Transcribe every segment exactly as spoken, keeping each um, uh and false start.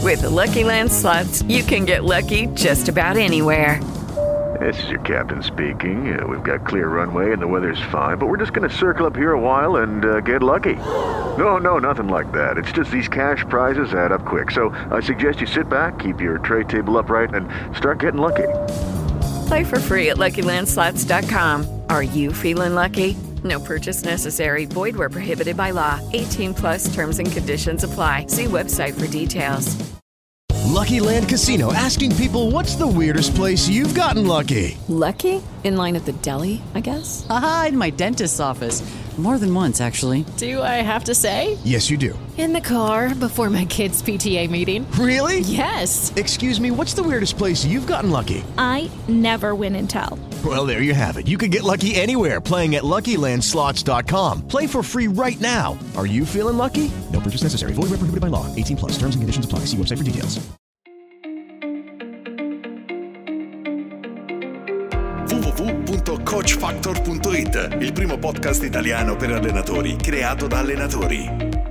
With the Lucky Land Slots, you can get lucky just about anywhere. This is your captain speaking. Uh, we've got clear runway and the weather's fine, but we're just going to circle up here a while and uh, get lucky. No, no, nothing like that. It's just these cash prizes add up quick. So I suggest you sit back, keep your tray table upright, and start getting lucky. Play for free at Lucky Land Slots dot com. Are you feeling lucky? No purchase necessary. Void where prohibited by law. eighteen plus terms and conditions apply. See website for details. Lucky Land Casino, asking people, what's the weirdest place you've gotten lucky? Lucky? In line at the deli, I guess? Aha, in my dentist's office. More than once, actually. Do I have to say? Yes, you do. In the car before my kids' P T A meeting. Really? Yes. Excuse me, what's the weirdest place you've gotten lucky? I never win and tell. Well, there you have it. You can get lucky anywhere, playing at Lucky Land Slots dot com. Play for free right now. Are you feeling lucky? No purchase necessary. Void where prohibited by law. eighteen plus. Terms and conditions apply. See website for details. w w w punto coach factor punto i t, il primo podcast italiano per allenatori, creato da allenatori.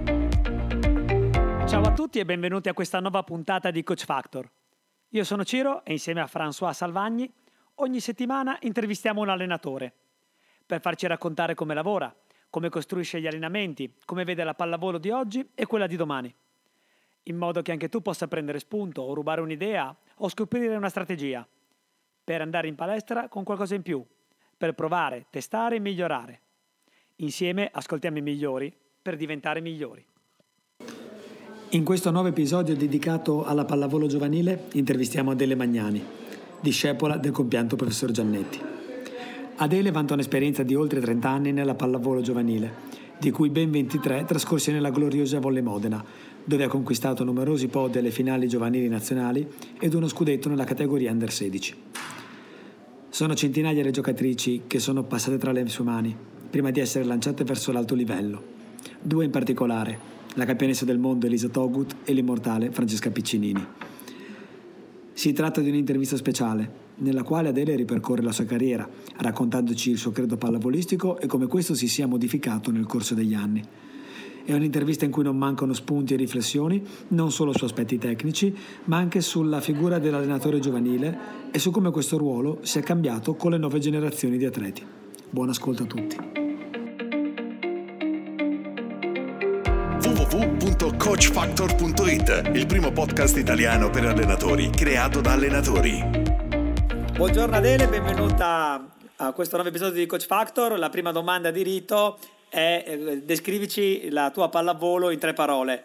Ciao a tutti e benvenuti a questa nuova puntata di Coach Factor. Io sono Ciro e insieme a François Salvagni ogni settimana intervistiamo un allenatore per farci raccontare come lavora, come costruisce gli allenamenti, come vede la pallavolo di oggi e quella di domani, in modo che anche tu possa prendere spunto o rubare un'idea o scoprire una strategia per andare in palestra con qualcosa in più, per provare, testare e migliorare. Insieme ascoltiamo i migliori per diventare migliori. In questo nuovo episodio dedicato alla pallavolo giovanile intervistiamo Adele Magnani, discepola del compianto professor Giannetti. Adele vanta un'esperienza di oltre trenta anni nella pallavolo giovanile, di cui ben ventitré trascorsi nella gloriosa Volley Modena, dove ha conquistato numerosi podi alle finali giovanili nazionali ed uno scudetto nella categoria Under sedici. Sono centinaia le giocatrici che sono passate tra le sue mani, prima di essere lanciate verso l'alto livello. Due in particolare, la campionessa del mondo Elisa Togut e l'immortale Francesca Piccinini. Si tratta di un'intervista speciale, nella quale Adele ripercorre la sua carriera, raccontandoci il suo credo pallavolistico e come questo si sia modificato nel corso degli anni. È un'intervista in cui non mancano spunti e riflessioni, non solo su aspetti tecnici, ma anche sulla figura dell'allenatore giovanile e su come questo ruolo si è cambiato con le nuove generazioni di atleti. Buon ascolto a tutti. w w w punto coach factor punto i t, il primo podcast italiano per allenatori, creato da allenatori. Buongiorno Adele, benvenuta a questo nuovo episodio di Coach Factor. La prima domanda di rito è eh, descrivici la tua pallavolo in tre parole.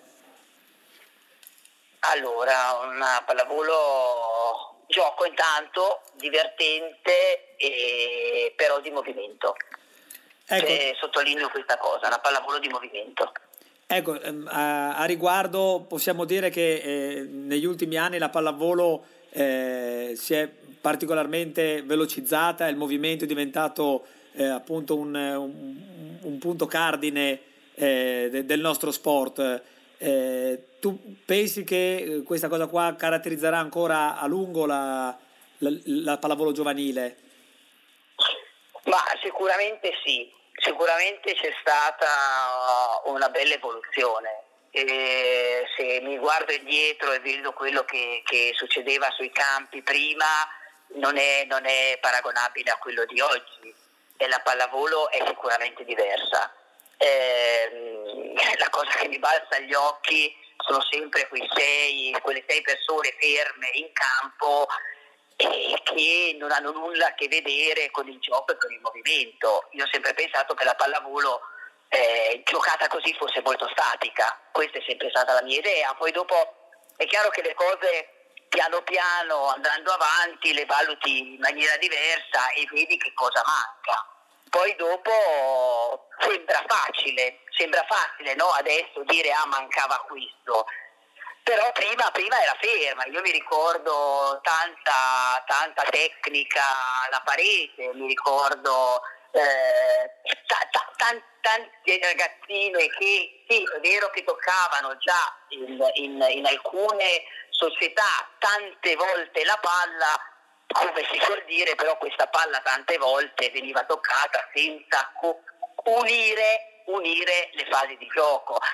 Allora, una pallavolo gioco intanto, divertente e però di movimento. Ecco. Cioè, sottolineo questa cosa, una pallavolo di movimento. Ecco, ehm, a, a riguardo possiamo dire che eh, negli ultimi anni la pallavolo eh, si è particolarmente velocizzata, il movimento è diventato eh, appunto un, un, un punto cardine eh, de, del nostro sport. Eh, tu pensi che questa cosa qua caratterizzerà ancora a lungo la, la, la pallavolo giovanile? Ma sicuramente sì, sicuramente c'è stata una bella evoluzione. E se mi guardo indietro e vedo quello che, che succedeva sui campi prima, non è, non è paragonabile a quello di oggi. E la pallavolo è sicuramente diversa. Eh, la cosa che mi balza agli occhi sono sempre quei sei, quelle sei persone ferme in campo e che non hanno nulla a che vedere con il gioco e con il movimento. Io ho sempre pensato che la pallavolo eh, giocata così fosse molto statica, questa è sempre stata la mia idea. Poi dopo è chiaro che le cose piano piano andando avanti le valuti in maniera diversa e vedi che cosa manca. Poi dopo sembra facile, sembra facile, no? Adesso dire ah mancava questo. Però prima, prima era ferma, io mi ricordo tanta, tanta tecnica alla parete, mi ricordo eh, ta, ta, tan, tante ragazzine che sì, è vero che toccavano già in, in, in alcune società tante volte la palla, come si suol dire, però questa palla tante volte veniva toccata senza co- unire, unire le fasi di gioco.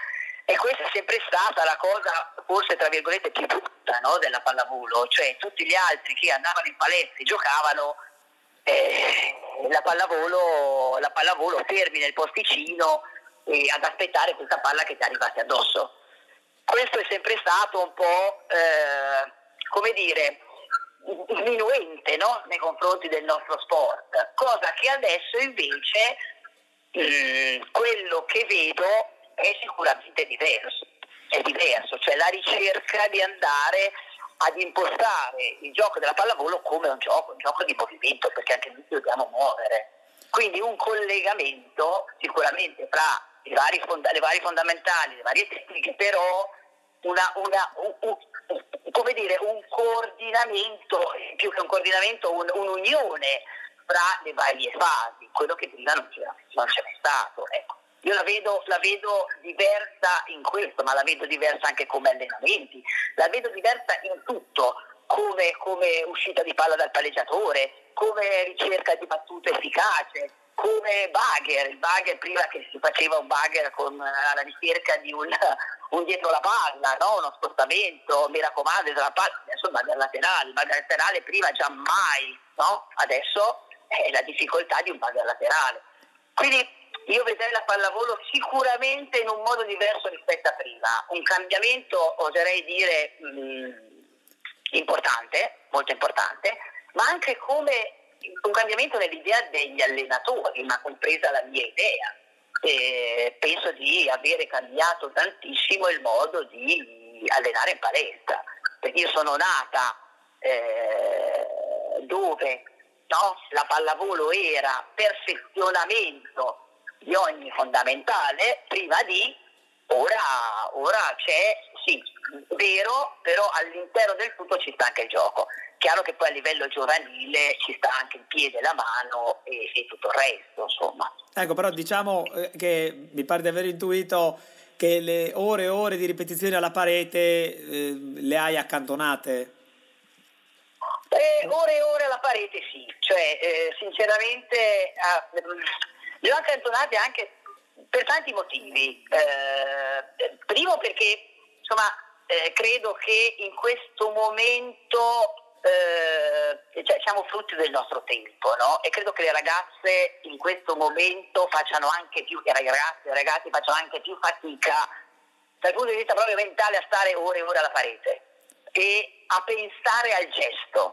E questa è sempre stata la cosa, forse tra virgolette, più brutta, no, della pallavolo, cioè tutti gli altri che andavano in palestra e giocavano, eh, la pallavolo, la pallavolo fermi nel posticino e ad aspettare questa palla che ti arrivasse addosso. Questo è sempre stato un po', eh, come dire, sminuente, no, nei confronti del nostro sport, cosa che adesso invece mh, quello che vedo è sicuramente diverso, è diverso, cioè la ricerca di andare ad impostare il gioco della pallavolo come un gioco, un gioco di movimento, perché anche noi dobbiamo muovere. Quindi un collegamento sicuramente fra i vari fonda- le varie fondamentali, le varie tecniche, però una, una un, un, come dire, un coordinamento, più che un coordinamento, un, un'unione fra le varie fasi, quello che prima non c'era, non c'è mai stato, ecco. Io la vedo, la vedo diversa in questo, ma la vedo diversa anche come allenamenti, la vedo diversa in tutto, come, come uscita di palla dal palleggiatore, come ricerca di battuta efficace, come bagger, il bagger prima che si faceva un bagger con la ricerca di un, un dietro la palla, no? Uno spostamento, mi raccomando, dietro la palla, adesso il bagger laterale, il bagger laterale prima già mai, no? Adesso è la difficoltà di un bagger laterale. Quindi io vedrei la pallavolo sicuramente in un modo diverso rispetto a prima, un cambiamento, oserei dire, mh, importante, molto importante, ma anche come un cambiamento nell'idea degli allenatori, ma compresa la mia idea. E penso di avere cambiato tantissimo il modo di allenare in palestra, perché io sono nata eh, dove, no, la pallavolo era perfezionamento di ogni fondamentale, prima di ora, ora c'è, sì, vero, però all'interno del tutto ci sta anche il gioco. Chiaro che poi a livello giovanile ci sta anche il piede, la mano e, e tutto il resto, insomma. Ecco, però diciamo che mi pare di aver intuito che le ore e ore di ripetizioni alla parete eh, le hai accantonate. Eh, ore e ore alla parete sì, cioè eh, sinceramente eh, le ho accantonate anche per tanti motivi. Eh, primo perché insomma eh, credo che in questo momento eh, cioè, siamo frutti del nostro tempo, no? E credo che le ragazze in questo momento facciano anche più, i ragazzi e i ragazzi facciano anche più fatica dal punto di vista proprio mentale a stare ore e ore alla parete e a pensare al gesto.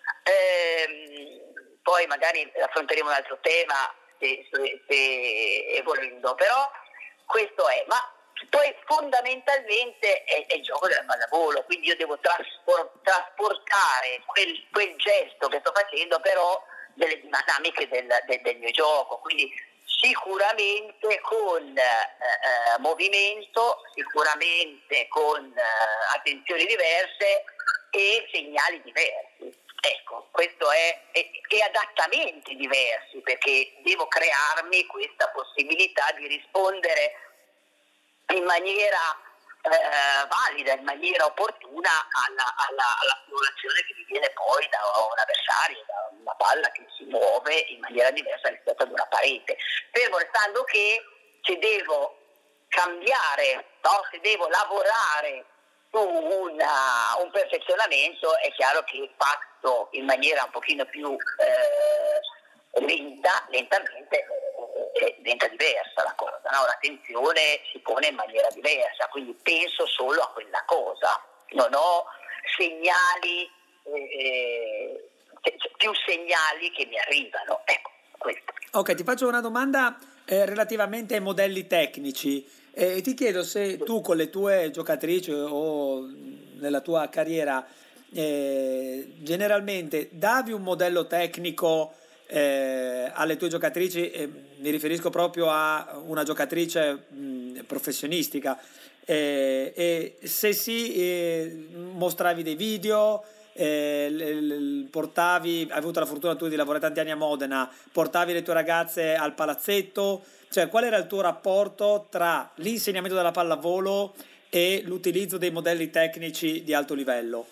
Eh, poi magari affronteremo un altro tema se, se, se evolvendo, però questo è, ma poi fondamentalmente è, è il gioco della pallavolo, quindi io devo traspor- trasportare quel, quel gesto che sto facendo però delle dinamiche del, del, del mio gioco, quindi sicuramente con eh, movimento, sicuramente con eh, attenzioni diverse e segnali diversi. Ecco, questo è, e, e adattamenti diversi, perché devo crearmi questa possibilità di rispondere in maniera eh, valida, in maniera opportuna alla, alla, alla stimolazione che mi viene poi da un avversario, da una palla che si muove in maniera diversa rispetto ad una parete. Fermo restando che se devo cambiare, no? Se devo lavorare su una, un perfezionamento, è chiaro che fatto in maniera un pochino più eh, lenta, lentamente eh, diventa diversa la cosa, no? L'attenzione si pone in maniera diversa, quindi penso solo a quella cosa, non ho segnali, eh, più segnali che mi arrivano, ecco questo. Ok, ti faccio una domanda eh, relativamente ai modelli tecnici. E eh, ti chiedo se tu con le tue giocatrici o nella tua carriera eh, generalmente davi un modello tecnico eh, alle tue giocatrici, eh, mi riferisco proprio a una giocatrice mh, professionistica, eh, e se sì eh, mostravi dei video, eh, l- l- portavi, hai avuto la fortuna tu di lavorare tanti anni a Modena, portavi le tue ragazze al palazzetto. Cioè, qual era il tuo rapporto tra l'insegnamento della pallavolo e l'utilizzo dei modelli tecnici di alto livello?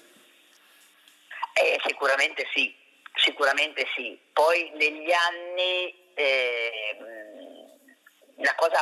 Eh, sicuramente sì, sicuramente sì. Poi negli anni eh, la cosa,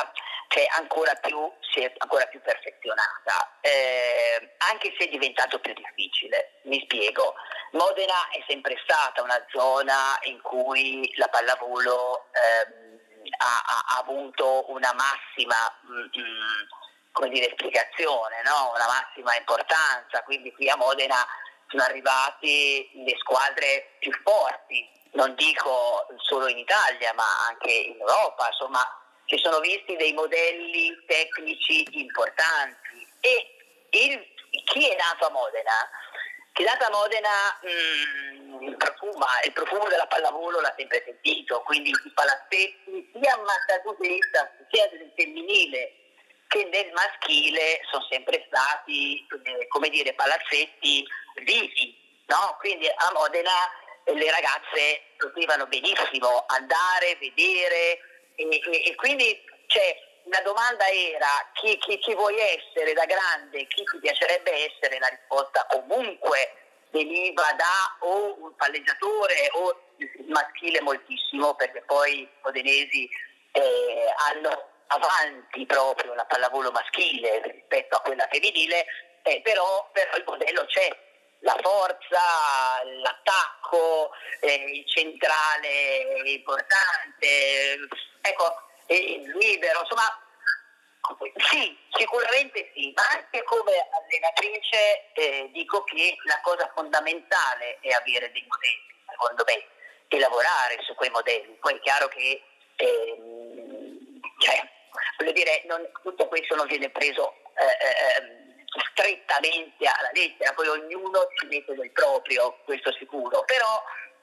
cioè ancora più, si è ancora più perfezionata, eh, anche se è diventato più difficile. Mi spiego. Modena è sempre stata una zona in cui la pallavolo ehm, ha, ha, ha avuto una massima mh, come dire, spiegazione, no? Una massima importanza, quindi qui a Modena sono arrivati le squadre più forti, non dico solo in Italia ma anche in Europa, insomma si sono visti dei modelli tecnici importanti e il, chi è nato a Modena? Chi è nato a Modena mh, profuma, il profumo della pallavolo l'ha sempre sentito, quindi i palazzetti sia maschilista sia del femminile che nel maschile sono sempre stati, eh, come dire, palazzetti vivi, no? Quindi a Modena eh, le ragazze potevano benissimo andare, vedere e, e, e quindi cioè, la domanda era chi, chi, chi vuoi essere da grande, chi ti piacerebbe essere, la risposta comunque veniva da o un palleggiatore o il maschile moltissimo, perché poi i modenesi eh, hanno avanti proprio la pallavolo maschile rispetto a quella femminile, eh, però, però il modello c'è, la forza, l'attacco, eh, il centrale importante, ecco, eh, il libero, insomma sì, sicuramente sì, ma anche come allenatrice eh, dico che la cosa fondamentale è avere dei modelli, secondo me, e lavorare su quei modelli. Poi è chiaro che eh, cioè, voglio dire, non, tutto questo non viene preso eh, eh, strettamente alla lettera, poi ognuno ci mette del proprio, questo sicuro, però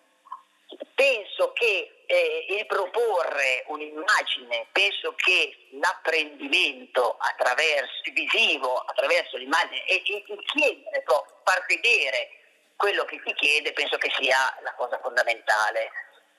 penso che eh, il proporre un'immagine, penso che l'apprendimento attraverso il visivo, attraverso l'immagine e il chiedere, proprio, far vedere quello che si chiede, penso che sia la cosa fondamentale,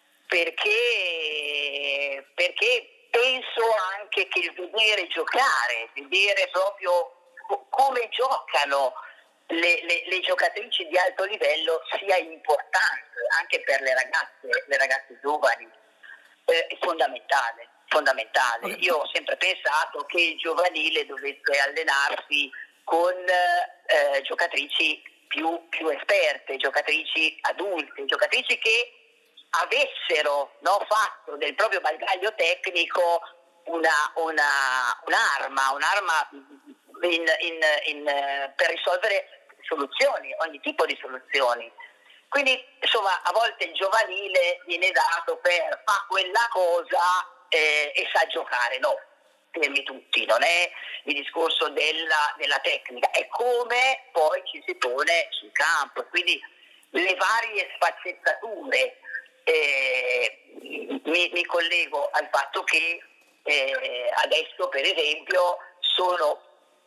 perché perché penso anche che il vedere giocare, vedere proprio come giocano le, le, le giocatrici di alto livello sia importante anche per le ragazze, le ragazze giovani, eh, è fondamentale, fondamentale. Io ho sempre pensato che il giovanile dovesse allenarsi con eh, giocatrici più, più esperte, giocatrici adulte, giocatrici che avessero no, fatto del proprio bagaglio tecnico una, una, un'arma, un'arma in, in, in, per risolvere soluzioni, ogni tipo di soluzioni. Quindi insomma a volte il giovanile viene dato per fa quella cosa eh, e sa giocare, no, fermi tutti, non è il discorso della, della tecnica, è come poi ci si pone sul campo, quindi le varie sfaccettature. Eh, mi, mi collego al fatto che eh, adesso per esempio sono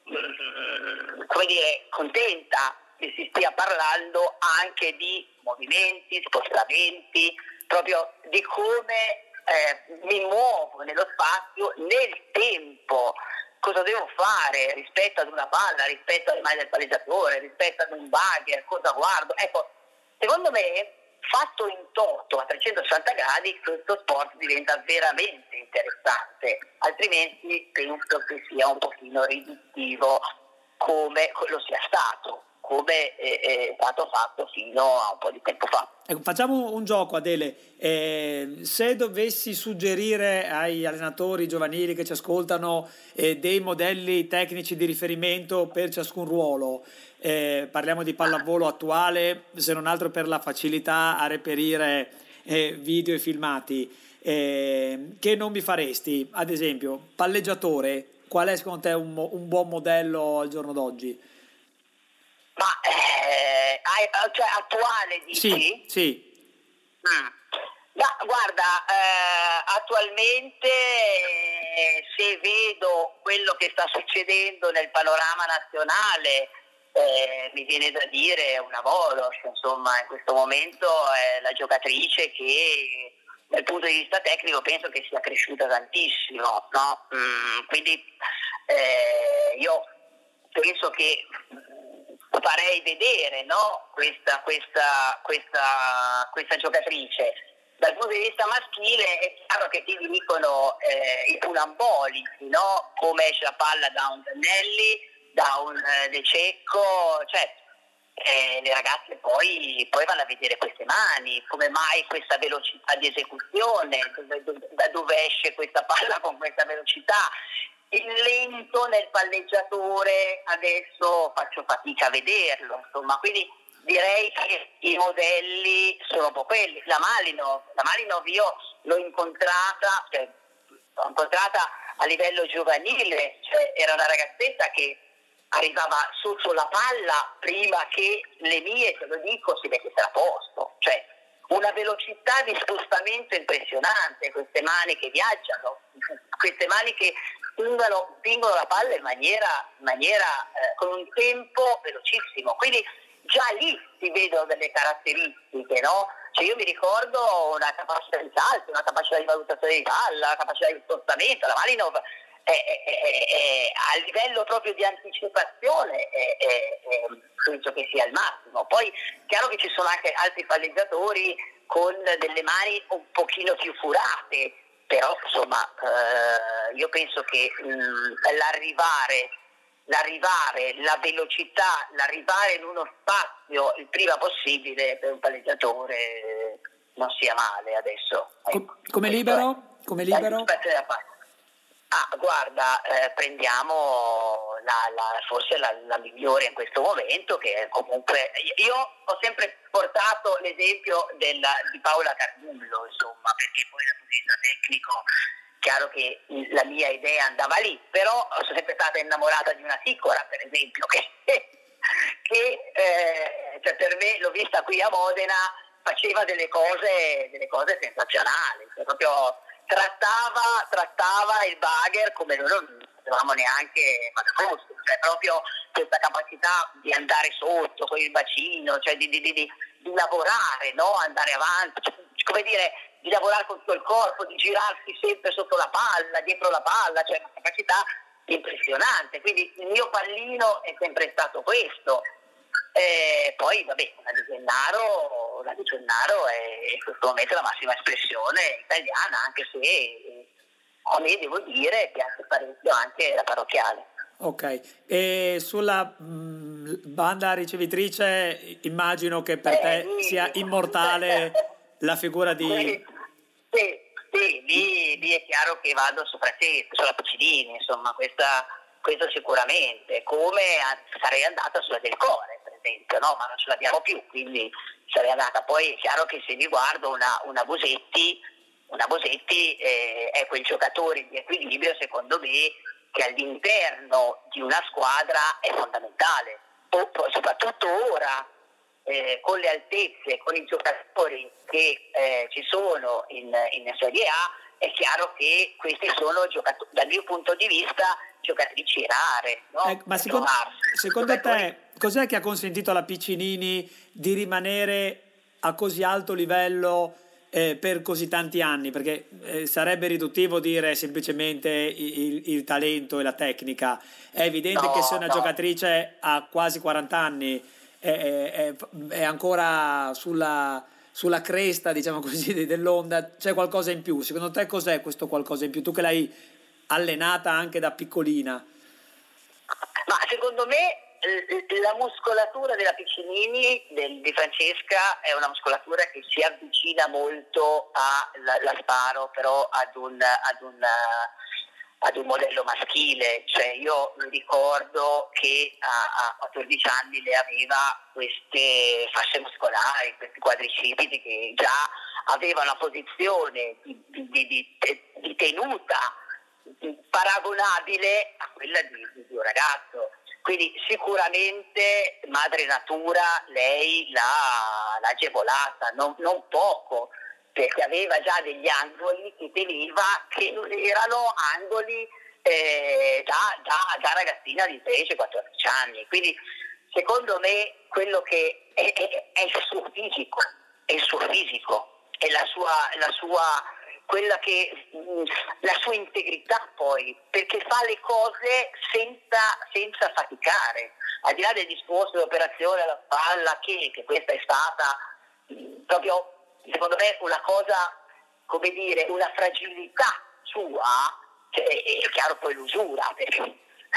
mh, come dire contenta che si stia parlando anche di movimenti, spostamenti, proprio di come eh, mi muovo nello spazio, nel tempo, cosa devo fare rispetto ad una palla, rispetto alle mani del palleggiatore, rispetto ad un bagger, cosa guardo. Ecco, secondo me fatto in toto a trecentosessanta gradi questo sport diventa veramente interessante, altrimenti penso che sia un pochino riduttivo come lo sia stato, come è stato fatto fino a un po' di tempo fa. Ecco, facciamo un gioco, Adele. Eh, se dovessi suggerire ai allenatori giovanili che ci ascoltano eh, dei modelli tecnici di riferimento per ciascun ruolo, eh, parliamo di pallavolo attuale, se non altro per la facilità a reperire eh, video e filmati, eh, che non mi faresti? Ad esempio, palleggiatore, qual è secondo te un, un buon modello al giorno d'oggi? Ma eh, cioè attuale dici? Sì, sì. Mm. Ma guarda, eh, attualmente eh, se vedo quello che sta succedendo nel panorama nazionale, eh, mi viene da dire una Volos, insomma in questo momento è la giocatrice che dal punto di vista tecnico penso che sia cresciuta tantissimo, no? Mm, quindi eh, io penso che farei vedere no? questa, questa, questa, questa giocatrice. dal punto di vista maschile è chiaro che ti dicono eh, i punamboli, no? Come esce la palla da un Zannelli, da un eh, De Cecco, cioè eh, le ragazze poi, poi vanno a vedere queste mani, come mai questa velocità di esecuzione, dove, dove, da dove esce questa palla con questa velocità. Il lento nel palleggiatore adesso faccio fatica a vederlo, insomma, quindi direi che i modelli sono un po' quelli. La Malinov, la Malinov io l'ho incontrata, cioè, l'ho incontrata a livello giovanile, cioè era una ragazzetta che arrivava su sulla palla prima che le mie, te lo dico, si mettessero a posto, cioè una velocità di spostamento impressionante, queste mani che viaggiano, queste mani che spingono, spingono la palla in maniera, in maniera eh, con un tempo velocissimo, quindi già lì si vedono delle caratteristiche, no? Cioè io mi ricordo una capacità di salto, una capacità di valutazione di palla, una capacità di spostamento, la Malinov è, è, è, è, a livello proprio di anticipazione è, è, è, penso che sia il massimo. Poi chiaro che ci sono anche altri palleggiatori con delle mani un pochino più furate, però insomma eh, io penso che mh, l'arrivare l'arrivare, la velocità, l'arrivare in uno spazio il prima possibile per un palleggiatore non sia male adesso. Com- come libero? Come libero? Ah, guarda, eh, prendiamo la, la, forse la, la migliore in questo momento, che è comunque, io ho sempre portato l'esempio della, di Paola Cardullo, insomma, perché poi dal punto di vista tecnico chiaro che la mia idea andava lì, però sono sempre stata innamorata di una Sicora, per esempio, che, che eh, cioè per me, l'ho vista qui a Modena, faceva delle cose, delle cose sensazionali, cioè proprio trattava, trattava il bagger come noi non sapevamo neanche ma fosse, cioè proprio questa capacità di andare sotto con il bacino, cioè di, di, di, di lavorare, no? Andare avanti, cioè, come dire, di lavorare con tutto il corpo, di girarsi sempre sotto la palla, dietro la palla, cioè una capacità impressionante. Quindi il mio pallino è sempre stato questo. Eh, poi vabbè, la di Gennaro, la di Gennaro è in questo momento la massima espressione italiana, anche se eh, a me devo dire piace parecchio anche la parrocchiale. Ok, e sulla mh, banda ricevitrice immagino che per eh, te sì. sia immortale la figura di... Sì, sì, sì lì, lì è chiaro che vado su Francesco, sulla Puccinini, insomma, questa, questo sicuramente, come a, sarei andata sulla Del Core, per esempio, no? Ma non ce l'abbiamo più, quindi sarei andata. Poi è chiaro che se mi guardo una, una Bosetti, una Bosetti eh, è quel giocatore di equilibrio, secondo me, che all'interno di una squadra è fondamentale, o, soprattutto ora. Eh, con le altezze, con i giocatori che eh, ci sono in, in Serie A, è chiaro che questi sono giocatori, dal mio punto di vista, giocatrici rare, no? Eh, ma secondo, secondo te cos'è che ha consentito alla Piccinini di rimanere a così alto livello eh, per così tanti anni? Perché eh, sarebbe riduttivo dire semplicemente il, il, il talento e la tecnica. È evidente no, che se una no. giocatrice ha quasi quaranta anni È, è, è ancora sulla, sulla cresta, diciamo così, dell'onda, c'è qualcosa in più. Secondo te cos'è questo qualcosa in più? Tu che l'hai allenata anche da piccolina. Ma secondo me la muscolatura della Piccinini, del, di Francesca, è una muscolatura che si avvicina molto alla Sparo, però ad un, ad un ad un modello maschile, cioè io mi ricordo che a, a quattordici anni lei aveva queste fasce muscolari, questi quadricipiti che già aveva una posizione di, di, di, di tenuta paragonabile a quella di, di un ragazzo, quindi sicuramente madre natura lei l'ha, l'ha agevolata, non, non poco, perché aveva già degli angoli che teneva che non erano angoli eh, da, da, da ragazzina di tredici quattordici anni, quindi secondo me quello che è, è, è il suo fisico, è il suo fisico, è la sua, la sua quella che la sua integrità poi, perché fa le cose senza, senza faticare, al di là del discorso dell'operazione alla spalla che, che questa è stata mh, proprio secondo me una cosa come dire, una fragilità sua, cioè, è chiaro poi l'usura, perché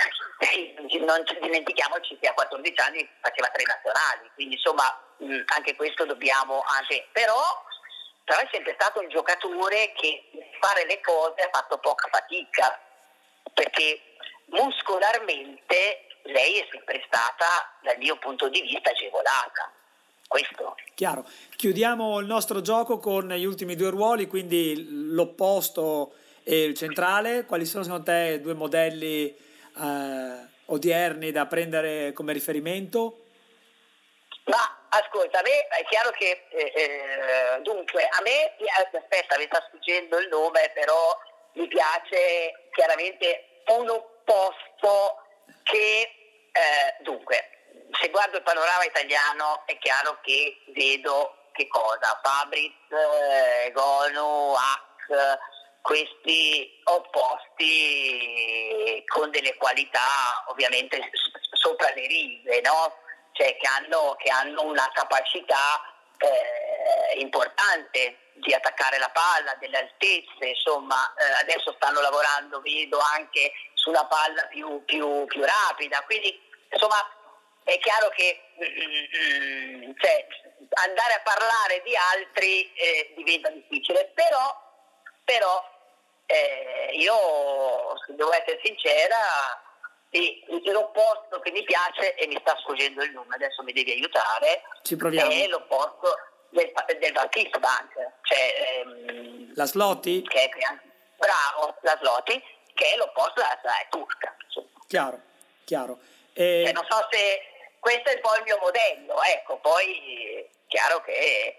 non ci dimentichiamoci che a quattordici anni faceva tre nazionali, quindi insomma anche questo dobbiamo anche, però, però è sempre stato un giocatore che fare le cose ha fatto poca fatica, perché muscolarmente lei è sempre stata, dal mio punto di vista, agevolata. Questo. Chiaro. Chiudiamo il nostro gioco con gli ultimi due ruoli, quindi l'opposto e il centrale. Quali sono secondo te due modelli eh, odierni da prendere come riferimento? Ma ascolta, a me è chiaro che eh, eh, dunque a me aspetta, mi sta sfuggendo il nome, però mi piace chiaramente un opposto che eh, dunque, se guardo il panorama italiano è chiaro che vedo che cosa? Fabris, eh, Gonu, Hack, questi opposti con delle qualità ovviamente sopra le righe, no? Cioè che hanno, che hanno una capacità eh, importante di attaccare la palla, delle altezze, insomma eh, adesso stanno lavorando, vedo, anche su una palla più, più, più rapida, quindi insomma è chiaro che mm, cioè, andare a parlare di altri eh, diventa difficile, però, però eh, io, se devo essere sincera, sì, l'opposto che mi piace, e mi sta sfuggendo il nome, adesso mi devi aiutare, ci proviamo. È l'opposto del, del Baptiste Bank, cioè ehm, la Slotti? Che è, bravo, la Slotti, che è l'opposto della nazionale turca. Chiaro, chiaro. E... Eh, non so se questo è un po' il mio modello, ecco, poi chiaro che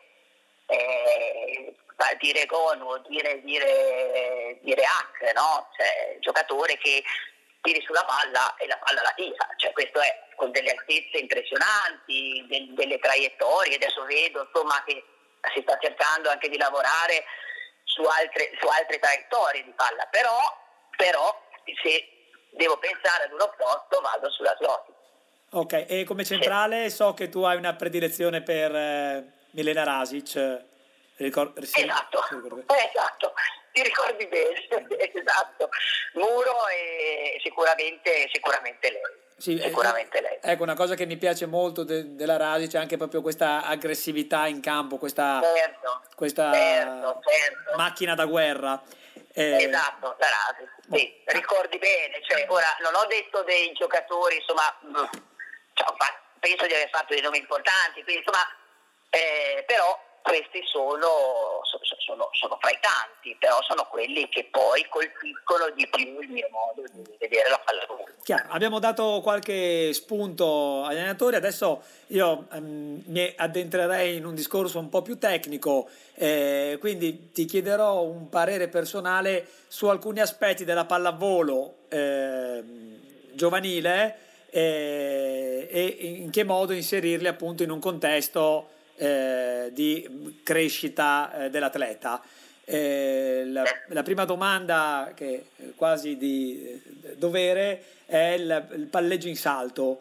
eh, dire Gonu, dire, dire, dire Hack, no? Cioè, giocatore che tiri sulla palla e la palla la tira, cioè questo è con delle altezze impressionanti, del, delle traiettorie, adesso vedo insomma che si sta cercando anche di lavorare su altre, su altre traiettorie di palla, però, però se devo pensare ad un opposto vado sulla Slotti. Ok, e come centrale sì. So che tu hai una predilezione per eh, Milena Rasic. Ricor- sì, esatto, esatto, ti ricordi bene, esatto. Muro e sicuramente, sicuramente lei. Sì, sicuramente lei. Ecco, una cosa che mi piace molto de- della Rasic è anche proprio questa aggressività in campo, questa, certo, questa certo, certo. macchina da guerra. Eh, esatto, la Rasic, sì, oh. Ricordi bene, cioè ora non ho detto dei giocatori, insomma, cioè, penso di aver fatto dei nomi importanti, quindi insomma, eh, però questi sono, sono, sono fra i tanti, però sono quelli che poi colpiscono di più il mio modo di vedere la pallavolo. Chiaro, abbiamo dato qualche spunto agli allenatori, adesso io um, mi addentrerei in un discorso un po' più tecnico, eh, quindi ti chiederò un parere personale su alcuni aspetti della pallavolo eh, giovanile eh, e in che modo inserirli appunto in un contesto Eh, di crescita eh, dell'atleta. Eh, la, la prima domanda, che è quasi di eh, dovere, è il, il palleggio in salto.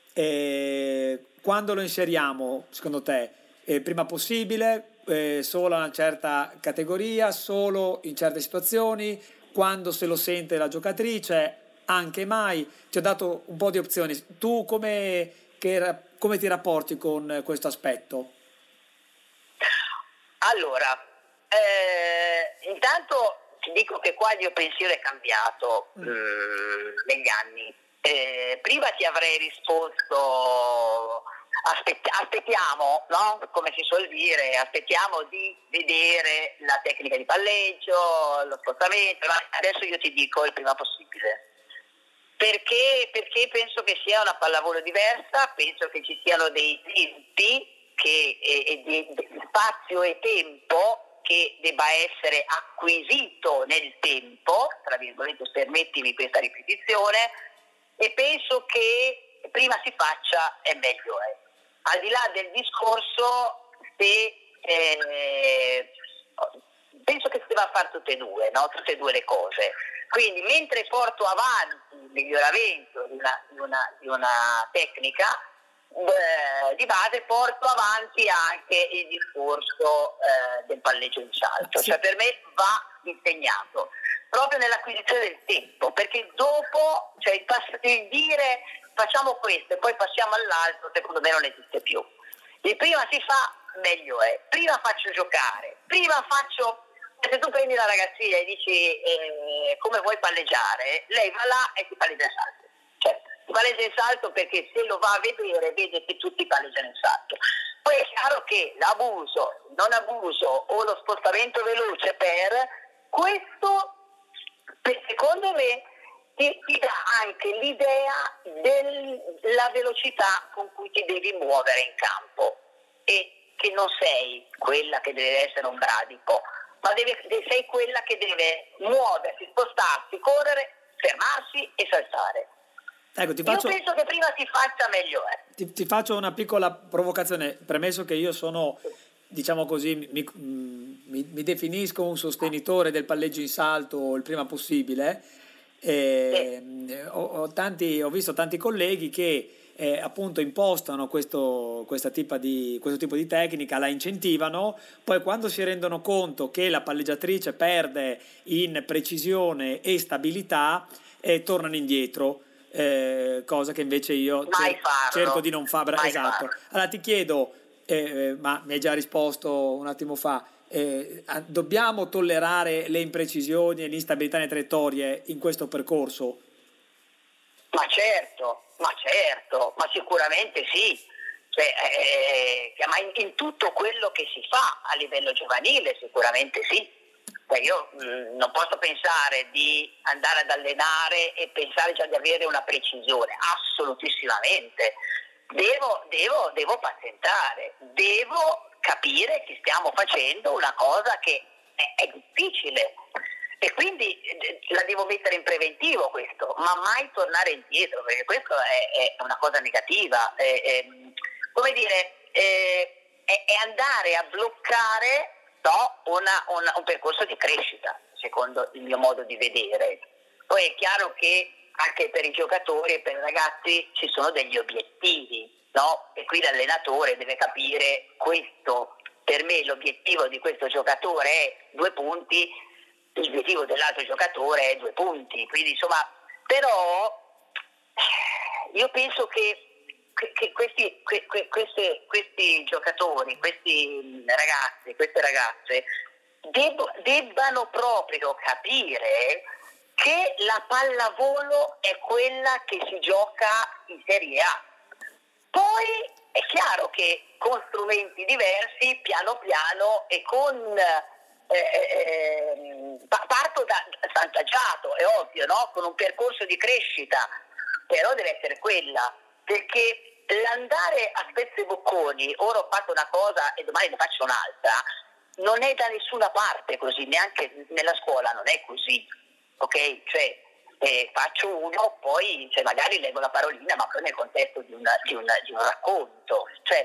Eh, quando lo inseriamo, secondo te? Eh, prima possibile, eh, solo a una certa categoria, solo in certe situazioni, quando se lo sente la giocatrice, anche mai? Ti ho dato un po' di opzioni. Tu come, che, come ti rapporti con questo aspetto? Allora, eh, intanto ti dico che qua il mio pensiero è cambiato mm. mh, negli anni. Eh, prima ti avrei risposto aspett- aspettiamo, no? Come si suol dire, aspettiamo di vedere la tecnica di palleggio, lo spostamento, ma adesso io ti dico il prima possibile. Perché? Perché penso che sia una pallavolo diversa, penso che ci siano dei tempi che e, di, di spazio e tempo che debba essere acquisito nel tempo, tra virgolette, permettimi questa ripetizione, e penso che prima si faccia e meglio è. Al di là del discorso, se eh, penso che si debba fare tutte e due, no? Tutte e due le cose. Quindi mentre porto avanti il miglioramento di una, di una, di una tecnica, eh, di base porto avanti anche il discorso eh, del palleggio in salto, Sì. cioè per me va insegnato proprio nell'acquisizione del tempo, perché dopo, cioè il, pass- il dire facciamo questo e poi passiamo all'altro, secondo me non esiste più. Il prima si fa, meglio è. Prima faccio giocare, prima faccio. Se tu prendi la ragazzina e dici eh, come vuoi palleggiare, lei va là e ti palleggia in salto. Cioè, ti palleggia in salto perché se lo va a vedere vede che tutti palleggiano in salto. Poi è chiaro che l'abuso, non abuso o lo spostamento veloce per questo, per, secondo me, ti, ti dà anche l'idea della velocità con cui ti devi muovere in campo e che non sei quella che deve essere un bradipo, ma deve, sei quella che deve muoversi, spostarsi, correre, fermarsi e saltare. Ecco, ti faccio, io penso che prima si faccia meglio è. Ti, ti faccio una piccola provocazione, premesso che io sono, diciamo così, mi, mi, mi definisco un sostenitore del palleggio in salto il prima possibile. Eh, sì. ho, ho, tanti, ho visto tanti colleghi che Eh, appunto impostano questo, questa tipa di, questo tipo di tecnica, la incentivano, poi quando si rendono conto che la palleggiatrice perde in precisione e stabilità eh, tornano indietro, eh, cosa che invece io cer- cerco di non fare. Esatto. Farlo. Allora ti chiedo, eh, ma mi hai già risposto un attimo fa, eh, dobbiamo tollerare le imprecisioni e l'instabilità nelle traiettorie in questo percorso? Ma certo, ma certo, ma sicuramente sì, cioè, eh, ma in, in tutto quello che si fa a livello giovanile sicuramente sì. Cioè io mh, non posso pensare di andare ad allenare e pensare già di avere una precisione, assolutissimamente. Devo, devo, devo pazientare, devo capire che stiamo facendo una cosa che è, è difficile. E quindi la devo mettere in preventivo questo, ma mai tornare indietro, perché questo è, è una cosa negativa. È, è, come dire, è, è andare a bloccare no, una, una, un percorso di crescita, secondo il mio modo di vedere. Poi è chiaro che anche per i giocatori e per i ragazzi ci sono degli obiettivi, no? E qui l'allenatore deve capire questo. Per me l'obiettivo di questo giocatore è due punti, l'obiettivo dell'altro giocatore è due punti, quindi insomma, però io penso che, che, che questi, que, que, questi, questi giocatori, questi ragazzi, queste ragazze debbo, debbano proprio capire che la pallavolo è quella che si gioca in Serie A. Poi è chiaro che con strumenti diversi, piano piano e con Eh, eh, parto da svantaggiato, è ovvio, no? Con un percorso di crescita, però deve essere quella, perché l'andare a spezzi e bocconi, ora ho fatto una cosa e domani ne faccio un'altra, non è da nessuna parte così, neanche nella scuola non è così, ok? Cioè eh, faccio uno, poi cioè, magari leggo la parolina, ma poi nel contesto di, una, di, una, di un racconto, cioè,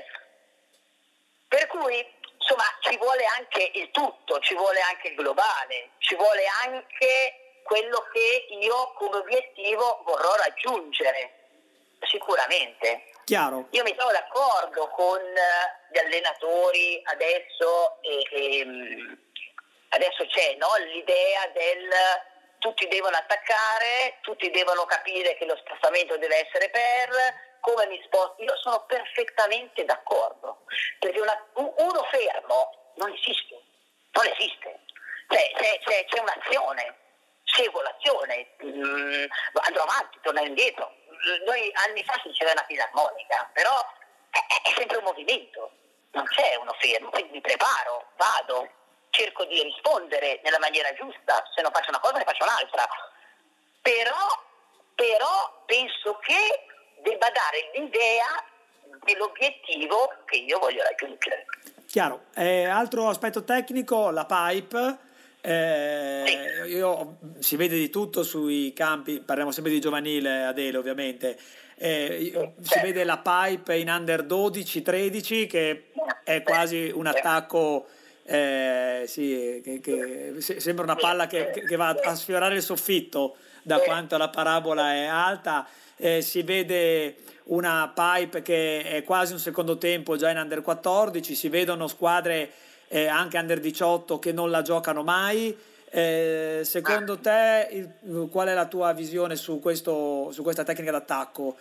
per cui insomma ci vuole anche il tutto, ci vuole anche il globale, ci vuole anche quello che io come obiettivo vorrò raggiungere, sicuramente. Chiaro. Io mi trovo d'accordo con gli allenatori adesso, e, e, adesso c'è no, l'idea del tutti devono attaccare, tutti devono capire che lo spostamento deve essere per... come mi sposto, io sono perfettamente d'accordo, perché una, uno fermo non esiste, non esiste, cioè, c'è, c'è, c'è un'azione, seguo l'azione, mh, andrò avanti, tornerò indietro. Noi anni fa si diceva una fisarmonica, però è, è sempre un movimento, non c'è uno fermo, quindi mi preparo, vado, cerco di rispondere nella maniera giusta, se non faccio una cosa ne faccio un'altra, però, però penso che debba dare l'idea dell'obiettivo che io voglio raggiungere. Chiaro. Eh, altro aspetto tecnico, la pipe. Eh, sì. io, si vede di tutto sui campi, parliamo sempre di giovanile, Adele ovviamente. Eh, sì, si certo. vede la pipe in under dodici tredici che è quasi un attacco eh, sì, che, che sembra una palla che, che va a sfiorare il soffitto da quanto la parabola è alta. Eh, si vede una Pipe che è quasi un secondo tempo già in under quattordici, si vedono squadre eh, anche under diciotto che non la giocano mai. Eh, secondo te il, qual è la tua visione su, questo, su questa tecnica d'attacco?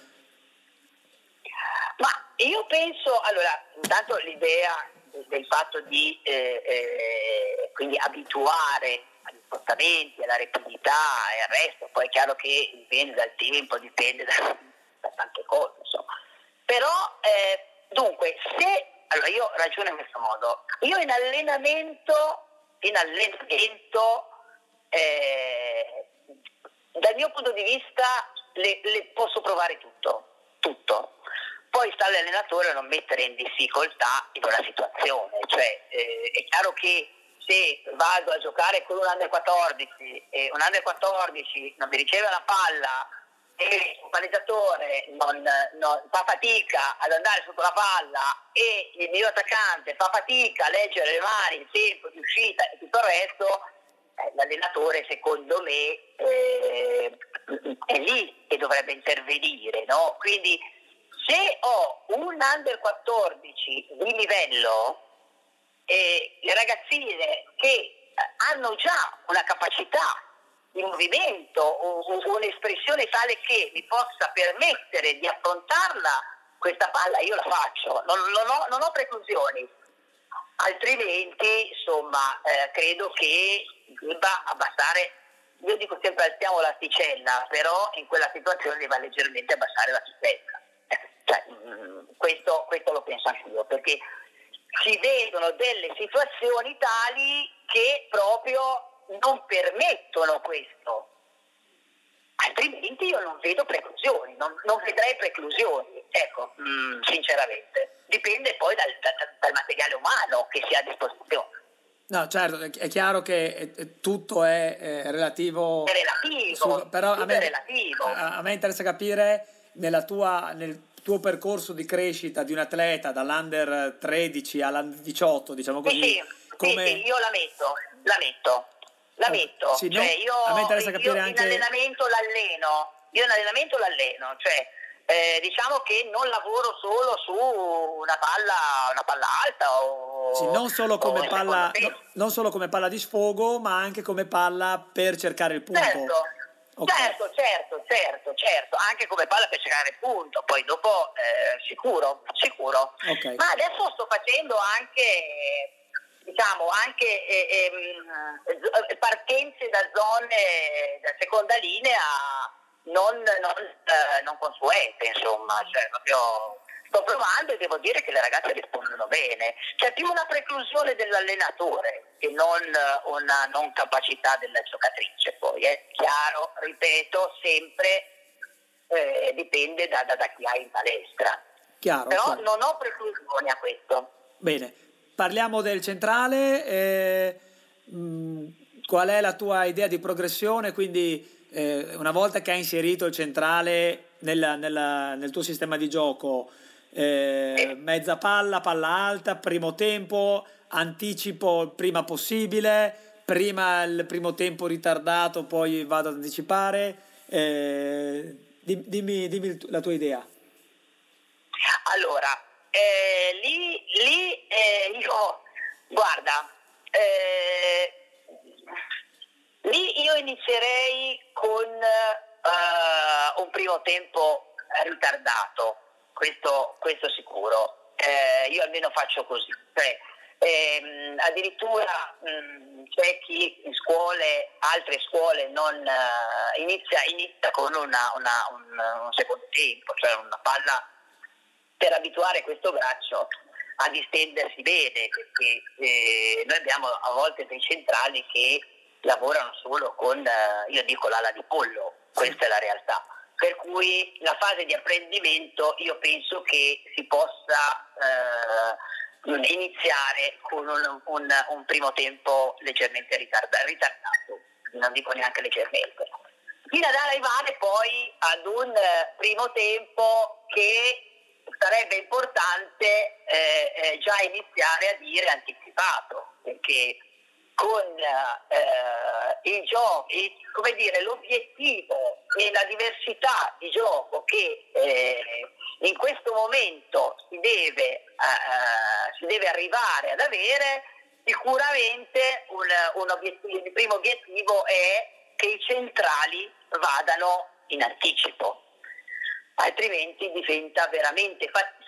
Ma io penso, allora, intanto l'idea del fatto di eh, eh, quindi abituare agli spostamenti, alla rapidità e al resto, poi è chiaro che dipende dal tempo, dipende da, da tante cose, insomma. Però, eh, dunque, se, allora io ragiono in questo modo, io in allenamento, in allenamento, eh, dal mio punto di vista, le, le posso provare tutto, tutto. Poi sta all'allenatore a non mettere in difficoltà in una situazione, cioè eh, è chiaro che se vado a giocare con un under quattordici e un under quattordici non mi riceve la palla e un palleggiatore non, non fa fatica ad andare sotto la palla e il mio attaccante fa fatica a leggere le mani, il tempo di uscita e tutto il resto, eh, l'allenatore secondo me eh, è lì che dovrebbe intervenire, no? Quindi se ho un under quattordici di livello e le ragazzine che hanno già una capacità di movimento o, o un'espressione tale che mi possa permettere di affrontarla questa palla, io la faccio, non, non, ho, non ho preclusioni, altrimenti insomma eh, credo che debba abbassare, io dico sempre alziamo l'asticella, però in quella situazione deve leggermente abbassare l'asticella. Cioè, questo, questo lo penso anch'io, perché si vedono delle situazioni tali che proprio non permettono questo, altrimenti io non vedo preclusioni, non, non vedrei preclusioni, ecco, mh, sinceramente. Dipende poi dal, dal, dal materiale umano che si ha a disposizione. No, certo, è chiaro che è, è, tutto è, è relativo. È relativo, su, però a me, è relativo. A, a me interessa capire nella tua, nel tuo percorso di crescita di un atleta dall'under tredici all'under diciotto, diciamo così. Sì, sì, come... sì, sì, io la metto, la metto, la metto. Sì, cioè, no, io, a me interessa capire io anche... in allenamento l'alleno, io in allenamento l'alleno, cioè eh, diciamo che non lavoro solo su una palla, una palla alta o sì, non solo come palla, no, non solo come palla di sfogo, ma anche come palla per cercare il punto. Certo. Okay. Certo, certo, certo, certo, anche come palla per cercare il punto, poi dopo eh, sicuro, sicuro. Okay. Ma adesso sto facendo anche, diciamo, anche eh, eh, partenze da zone da seconda linea non, non, eh, non consuete, insomma, cioè proprio sto provando e devo dire che le ragazze rispondono bene. C'è più una preclusione dell'allenatore che non una non capacità della giocatrice, poi è chiaro, ripeto, sempre eh, dipende da, da, da chi hai in palestra. Chiaro, però chiaro. Non ho preclusioni a questo. Bene, parliamo del centrale, eh, mh, qual è la tua idea di progressione? Quindi eh, una volta che hai inserito il centrale nel, nel, nel tuo sistema di gioco, eh, eh. mezza palla, palla alta, primo tempo, anticipo il prima possibile, prima il primo tempo ritardato, poi vado ad anticipare, eh, dimmi, dimmi la tua idea. Allora, eh, lì, lì eh, io, guarda, eh, lì io inizierei con uh, un primo tempo ritardato, questo, questo sicuro, eh, io almeno faccio così, cioè, ehm, addirittura mh, c'è chi in scuole, altre scuole non uh, inizia, inizia con una, una, un, un secondo tempo, cioè una palla per abituare questo braccio a distendersi bene, perché eh, noi abbiamo a volte dei centrali che lavorano solo con, eh, io dico l'ala di pollo, questa è la realtà. Per cui la fase di apprendimento io penso che si possa eh, iniziare con un, un, un primo tempo leggermente ritardato, ritardato, non dico neanche leggermente, fino ad arrivare poi ad un primo tempo che sarebbe importante eh, eh, già iniziare a dire anticipato, perché con eh, i giochi, come dire, l'obiettivo e la diversità di gioco che eh, in questo momento si deve, eh, si deve arrivare ad avere, sicuramente un, un obiettivo, il primo obiettivo è che i centrali vadano in anticipo. Altrimenti diventa veramente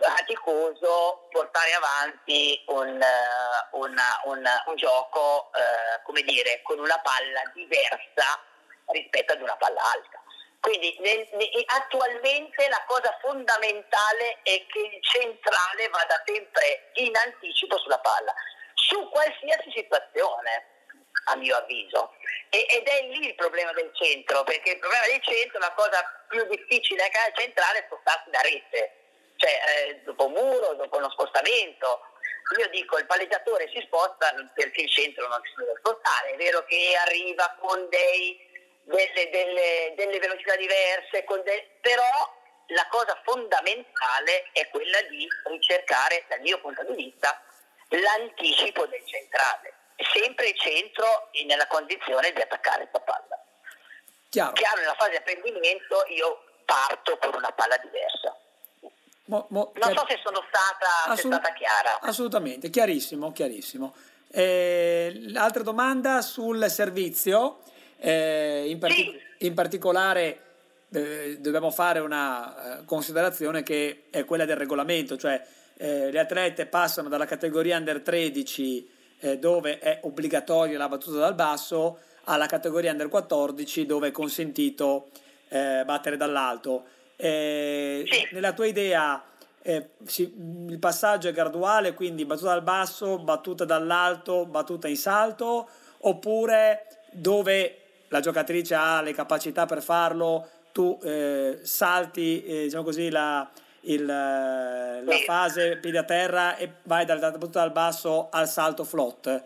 faticoso portare avanti un, un, un, un gioco, eh, come dire, con una palla diversa rispetto ad una palla alta. Quindi nel, attualmente la cosa fondamentale è che il centrale vada sempre in anticipo sulla palla, su qualsiasi situazione, a mio avviso. E, ed è lì il problema del centro, perché il problema del centro, la cosa più difficile che ha il centrale è spostarsi da rete, cioè eh, dopo un muro, dopo uno spostamento. Io dico il palleggiatore si sposta perché il centro non si deve spostare, è vero che arriva con dei, delle, delle, delle velocità diverse, con de- però la cosa fondamentale è quella di ricercare, dal mio punto di vista, l'anticipo del centrale. Sempre il centro è nella condizione di attaccare questa palla. Chiaro. Chiaro, nella fase di apprendimento io parto con una palla diversa. Mo, mo, non chiar... so se sono stata, Assolut- se è stata chiara. Assolutamente, chiarissimo, chiarissimo. Eh, l'altra domanda sul servizio, eh, in, partic- sì. in particolare eh, dobbiamo fare una uh, considerazione che è quella del regolamento, cioè eh, le atlete passano dalla categoria under tredici eh, dove è obbligatoria la battuta dal basso alla categoria under quattordici dove è consentito eh, battere dall'alto. Eh, sì. Nella tua idea eh, si, il passaggio è graduale, quindi battuta dal basso, battuta dall'alto, battuta in salto, oppure dove la giocatrice ha le capacità per farlo tu eh, salti eh, diciamo così la, il, la sì. fase piedi a terra e vai dalla battuta dal basso al salto float?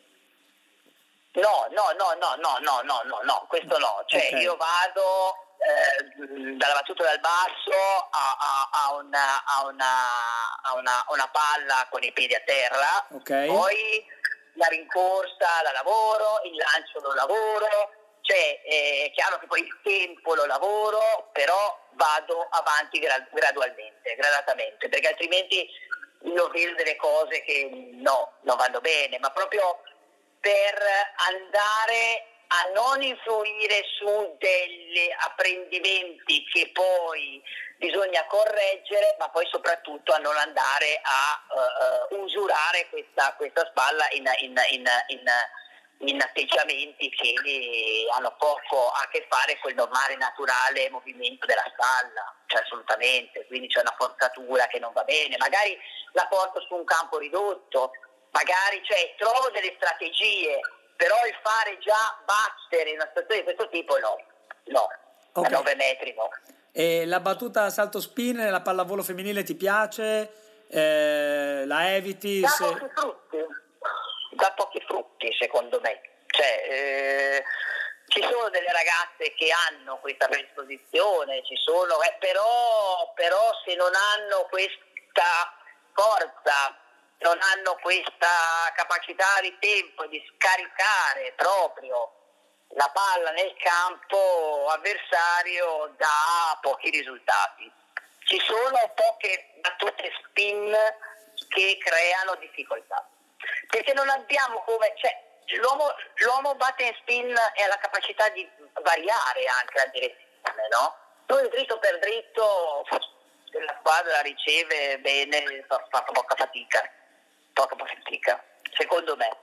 No, no, no, no, no, no, no, no, no, questo no, cioè okay. Io vado eh, dalla battuta dal basso a, a, a, una, a, una, a una, una palla con i piedi a terra, okay. Poi la rincorsa la lavoro, il lancio lo lavoro, cioè è chiaro che poi il tempo lo lavoro, però vado avanti gra- gradualmente, gradatamente, perché altrimenti io vedo delle cose che no, non vanno bene, ma proprio per andare a non influire su degli apprendimenti che poi bisogna correggere, ma poi soprattutto a non andare a uh, usurare questa, questa spalla in, in, in, in, in atteggiamenti che hanno poco a che fare con il normale naturale movimento della spalla, cioè assolutamente, quindi c'è una forzatura che non va bene, magari la porto su un campo ridotto, magari cioè, trovo delle strategie, però il fare già battere in una situazione di questo tipo no, no, okay. A nove metri no. E la battuta salto spin nella pallavolo femminile ti piace? Eh, la eviti? Da se... pochi frutti, da pochi frutti secondo me, cioè eh, ci sono delle ragazze che hanno questa predisposizione, ci sono, eh, però, però se non hanno questa forza, non hanno questa capacità di tempo di scaricare proprio la palla nel campo avversario, dà pochi risultati. Ci sono poche battute spin che creano difficoltà, perché non abbiamo come, cioè l'uomo, l'uomo batte in spin e ha la capacità di variare anche la direzione, no? Noi dritto per dritto, se la squadra riceve bene, fa, fa poca fatica. poca fatica, secondo me.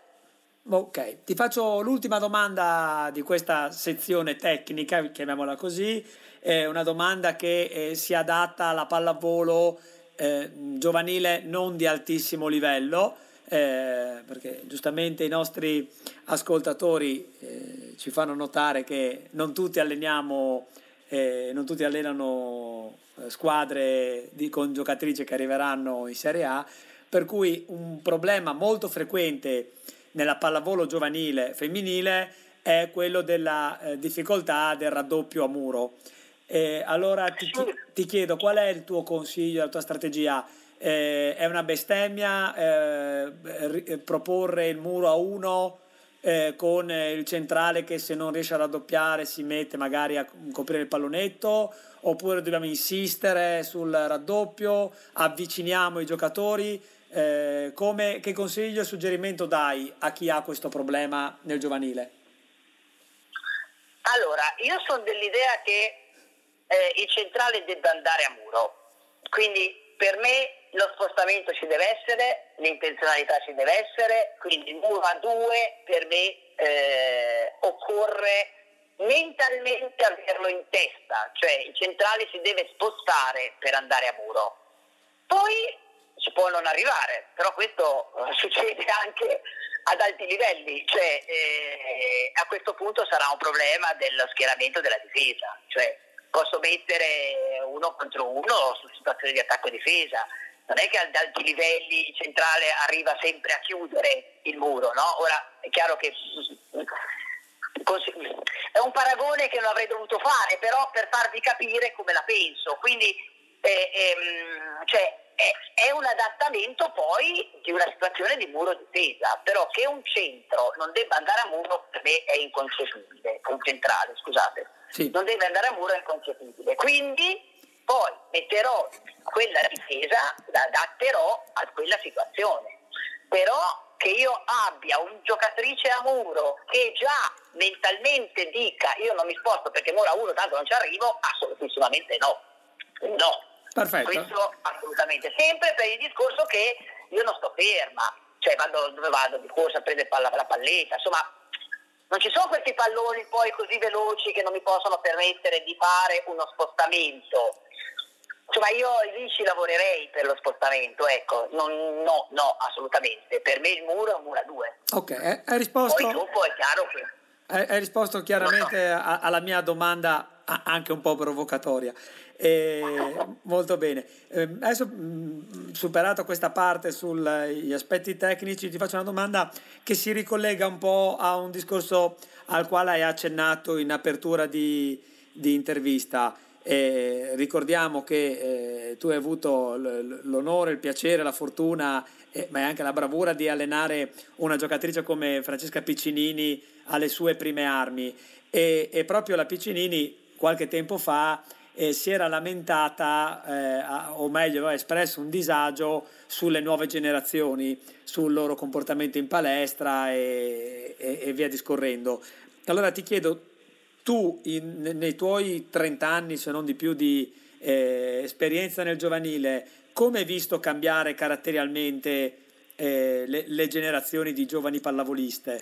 Ok, ti faccio l'ultima domanda di questa sezione tecnica, chiamiamola così, è una domanda che eh, si adatta alla pallavolo eh, giovanile non di altissimo livello, eh, perché giustamente i nostri ascoltatori eh, ci fanno notare che non tutti alleniamo, eh, non tutti allenano squadre di, con giocatrici che arriveranno in Serie A, per cui un problema molto frequente nella pallavolo giovanile femminile è quello della eh, difficoltà del raddoppio a muro. Eh, allora ti, ti chiedo qual è il tuo consiglio, la tua strategia? eh, è una bestemmia eh, ri- proporre il muro a uno eh, con il centrale che se non riesce a raddoppiare si mette magari a coprire il pallonetto, oppure dobbiamo insistere sul raddoppio, avviciniamo i giocatori? Eh, come, che consiglio e suggerimento dai a chi ha questo problema nel giovanile? Allora, io sono dell'idea che eh, il centrale debba andare a muro, quindi per me lo spostamento ci deve essere, l'intenzionalità ci deve essere, quindi il muro a due per me eh, occorre mentalmente averlo in testa, cioè il centrale si deve spostare per andare a muro. Poi si può non arrivare, però questo eh, succede anche ad alti livelli, cioè eh, a questo punto sarà un problema dello schieramento della difesa, cioè posso mettere uno contro uno su situazioni di attacco e difesa, non è che ad alti livelli il centrale arriva sempre a chiudere il muro, no? Ora è chiaro che è un paragone che non avrei dovuto fare, però per farvi capire come la penso, quindi eh, ehm, cioè, è, è un adattamento poi di una situazione di muro-difesa, però che un centro non debba andare a muro per me è inconcepibile, un centrale, scusate, sì. Non deve andare a muro è inconcepibile, quindi poi metterò quella difesa, la adatterò a quella situazione, però che io abbia un giocatrice a muro che già mentalmente dica io non mi sposto perché muro a uno tanto non ci arrivo, assolutissimamente no, no. Perfetto. Questo assolutamente, sempre per il discorso che io non sto ferma, cioè vado dove vado di corsa a prendere palla, la palletta, insomma non ci sono questi palloni poi così veloci che non mi possono permettere di fare uno spostamento. Insomma io lì ci lavorerei per lo spostamento, ecco, non, no, no, assolutamente, per me il muro è un muro a due. Ok, hai risposto. Poi dopo è chiaro che... Hai, hai risposto chiaramente no, no. A, alla mia domanda anche un po' provocatoria. Eh, molto bene. Eh, adesso mh, superato questa parte sugli aspetti tecnici, ti faccio una domanda che si ricollega un po' a un discorso al quale hai accennato in apertura di, di intervista. Eh, ricordiamo che eh, tu hai avuto l- l'onore, il piacere, la fortuna, eh, ma anche la bravura di allenare una giocatrice come Francesca Piccinini alle sue prime armi e, e proprio la Piccinini qualche tempo fa eh, si era lamentata eh, a, o meglio aveva espresso un disagio sulle nuove generazioni, sul loro comportamento in palestra e, e, e via discorrendo. Allora ti chiedo, tu in, nei tuoi trenta anni, se non di più, di eh, esperienza nel giovanile, come hai visto cambiare caratterialmente eh, le, le generazioni di giovani pallavoliste?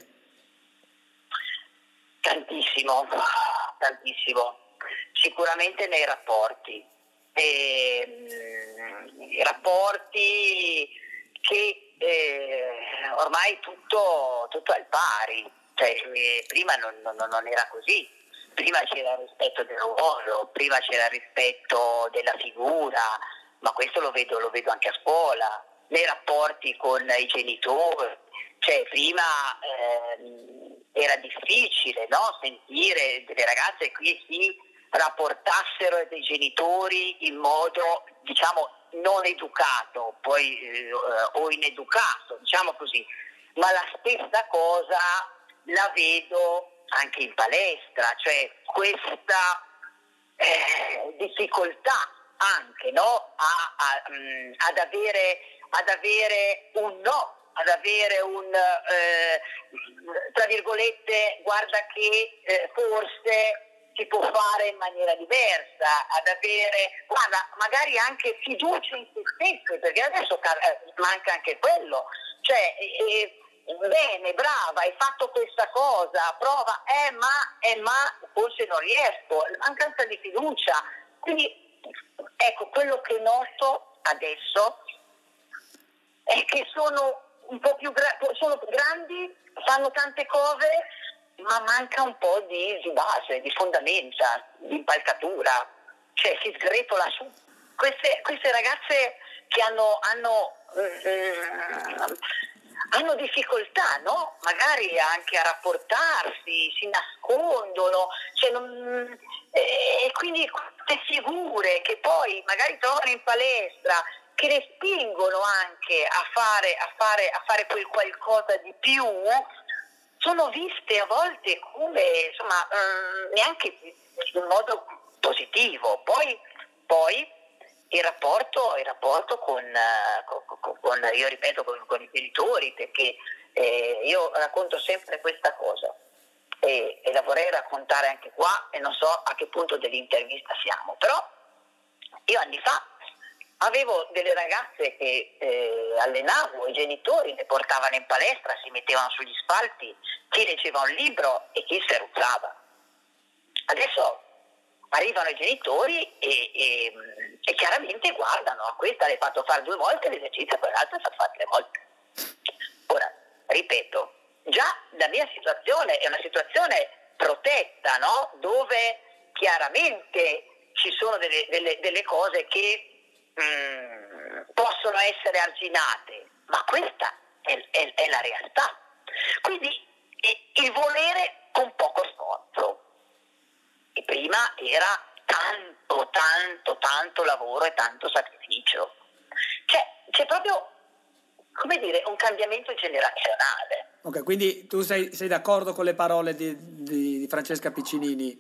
Tantissimo, tantissimo. Sicuramente nei rapporti. E, i rapporti che eh, ormai tutto, tutto è al pari. Cioè, eh, prima non, non, non era così. Prima c'era il rispetto del ruolo, prima c'era il rispetto della figura, ma questo lo vedo, lo vedo anche a scuola, nei rapporti con i genitori, cioè prima eh, era difficile, no? Sentire delle ragazze che si rapportassero ai genitori in modo, diciamo, non educato, poi eh, o ineducato, diciamo così, ma la stessa cosa la vedo anche in palestra, cioè questa eh, difficoltà anche, no? a, a, mh, ad, avere, ad avere un no, ad avere un eh, tra virgolette guarda che eh, forse si può fare in maniera diversa, ad avere guarda magari anche fiducia in se stesse, perché adesso eh, manca anche quello, cioè eh, bene, brava, hai fatto questa cosa, prova, eh ma, eh ma, forse non riesco, mancanza di fiducia. Quindi, ecco, quello che noto adesso è che sono un po' più gra- sono grandi, fanno tante cose, ma manca un po' di, di base, di fondamenta, di impalcatura, cioè si sgretola su. Queste, queste ragazze che hanno... hanno mm, hanno difficoltà, no? Magari anche a rapportarsi, si nascondono, cioè non, e quindi queste figure che poi magari trovano in palestra che le spingono anche a fare, a fare, a fare quel qualcosa di più, sono viste a volte come, insomma, mh, neanche in modo positivo. Poi, poi il rapporto, il rapporto con, con, con io ripeto, con, con i genitori, perché eh, io racconto sempre questa cosa e, e la vorrei raccontare anche qua, e non so a che punto dell'intervista siamo, però io anni fa avevo delle ragazze che eh, allenavo, i genitori le portavano in palestra, si mettevano sugli spalti, chi leggeva un libro e chi serruzzava. Adesso arrivano i genitori e, e, e chiaramente guardano, a questa le hai fatto fare due volte l'esercizio, a quell'altra fa fare tre volte. Ora, ripeto, già la mia situazione è una situazione protetta, no? Dove chiaramente ci sono delle, delle, delle cose che Mm, possono essere arginate, ma questa è, è, è la realtà. Quindi è il volere con poco sforzo. E prima era tanto, tanto, tanto lavoro e tanto sacrificio. Cioè, c'è proprio, come dire, un cambiamento generazionale. Ok, quindi tu sei, sei d'accordo con le parole di, di, di Francesca Piccinini?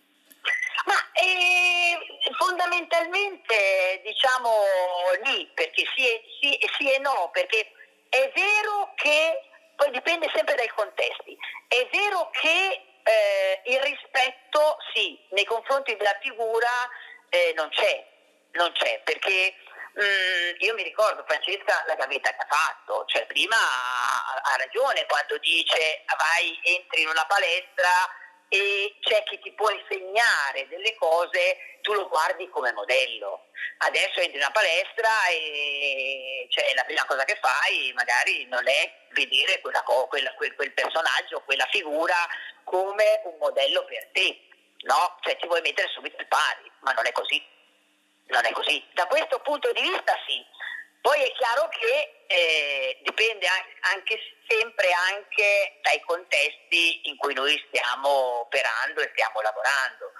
Ma eh, fondamentalmente diciamo lì, perché sì e, sì, sì e no, perché è vero che, poi dipende sempre dai contesti, è vero che eh, il rispetto sì, nei confronti della figura eh, non c'è, non c'è, perché mh, io mi ricordo Francesca la gavetta che ha fatto, cioè prima ha, ha ragione quando dice vai, entri in una palestra e c'è chi ti può insegnare delle cose, tu lo guardi come modello. Adesso entri in una palestra e cioè, la prima cosa che fai magari non è vedere quella, quella, quel, quel personaggio, quella figura come un modello per te, no? Cioè ti vuoi mettere subito al pari, ma non è così, non è così. Da questo punto di vista sì. Poi è chiaro che eh, dipende anche sempre anche dai contesti in cui noi stiamo operando e stiamo lavorando.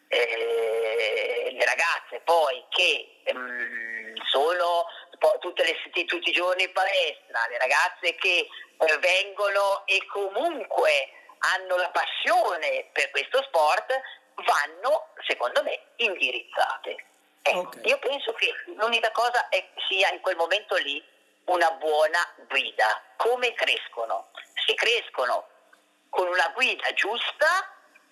Eh, le ragazze poi che mh, sono tutte le, tutti i giorni in palestra, le ragazze che eh, vengono e comunque hanno la passione per questo sport, vanno, secondo me, indirizzate. Ecco, okay. Io penso che l'unica cosa è, sia in quel momento lì una buona guida. Come crescono? Se crescono con una guida giusta,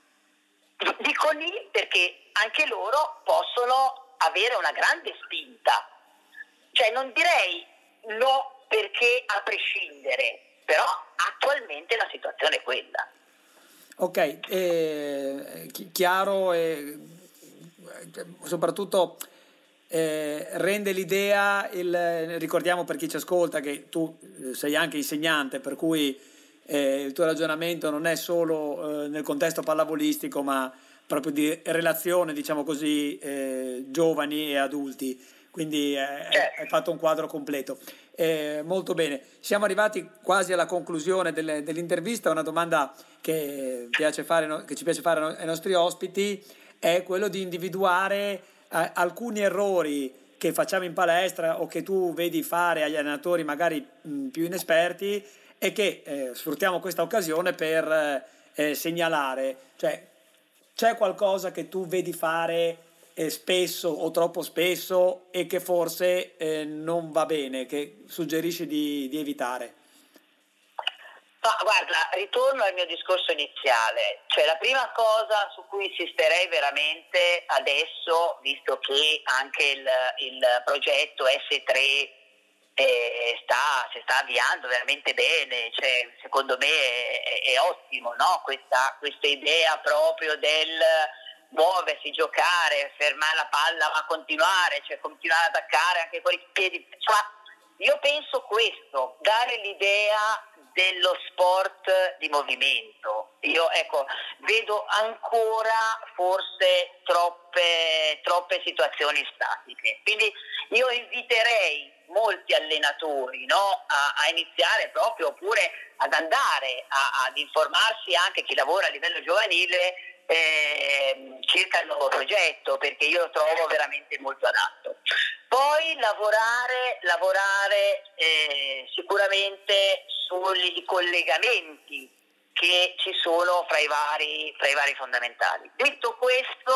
dico lì perché anche loro possono avere una grande spinta. Cioè non direi no perché a prescindere, però attualmente la situazione è quella. Ok, eh, chiaro e soprattutto eh, rende l'idea, il, ricordiamo per chi ci ascolta che tu sei anche insegnante, per cui eh, il tuo ragionamento non è solo eh, nel contesto pallavolistico, ma proprio di relazione, diciamo così, eh, giovani e adulti, quindi eh, hai fatto un quadro completo. Eh, molto bene, siamo arrivati quasi alla conclusione delle, dell'intervista. Una domanda che, piace fare, che ci piace fare ai nostri ospiti è quello di individuare eh, alcuni errori che facciamo in palestra o che tu vedi fare agli allenatori magari mh, più inesperti e che eh, sfruttiamo questa occasione per eh, segnalare. Cioè, c'è qualcosa che tu vedi fare eh, spesso o troppo spesso e che forse eh, non va bene, che suggerisci di, di evitare? Ma guarda, ritorno al mio discorso iniziale, cioè la prima cosa su cui insisterei veramente adesso, visto che anche il, il progetto S tre eh, sta, si sta avviando veramente bene, cioè, secondo me è, è ottimo, no? Questa, questa idea proprio del muoversi, giocare, fermare la palla ma continuare, cioè continuare ad attaccare anche con i piedi. Cioè, io penso questo, dare l'idea dello sport di movimento. Io ecco, vedo ancora forse troppe, troppe situazioni statiche. Quindi io inviterei molti allenatori, no, a, a iniziare proprio, oppure ad andare a, ad informarsi, anche chi lavora a livello giovanile, eh, circa il nuovo progetto, perché io lo trovo veramente molto adatto. Poi lavorare, lavorare eh, sicuramente sui collegamenti che ci sono fra i vari, fra i vari fondamentali. Detto questo,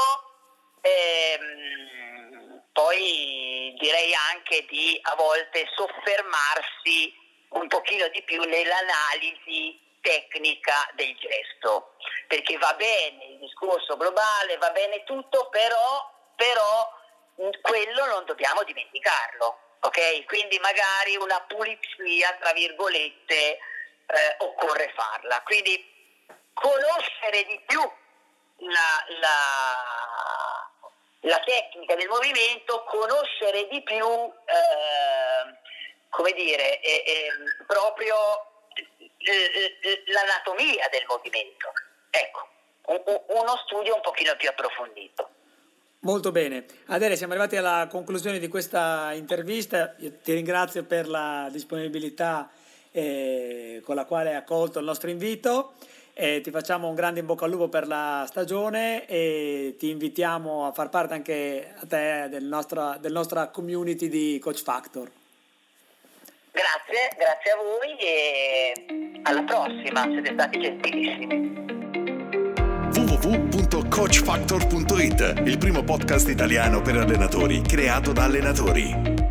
ehm, poi direi anche di a volte soffermarsi un pochino di più nell'analisi tecnica del gesto, perché va bene il discorso globale, va bene tutto, però, però quello non dobbiamo dimenticarlo, ok? Quindi magari una pulizia, tra virgolette, eh, occorre farla. Quindi conoscere di più la, la, la tecnica del movimento, conoscere di più, eh, come dire, eh, eh, proprio l'anatomia del movimento. Ecco, un, uno studio un pochino più approfondito. Molto bene. Adele, siamo arrivati alla conclusione di questa intervista. Io ti ringrazio per la disponibilità eh, con la quale hai accolto il nostro invito. Eh, ti facciamo un grande in bocca al lupo per la stagione e ti invitiamo a far parte anche a te del nostro, del nostra community di Coach Factor. Grazie, grazie a voi e alla prossima, siete stati gentilissimi. w w w punto coach factor punto it, il primo podcast italiano per allenatori creato da allenatori.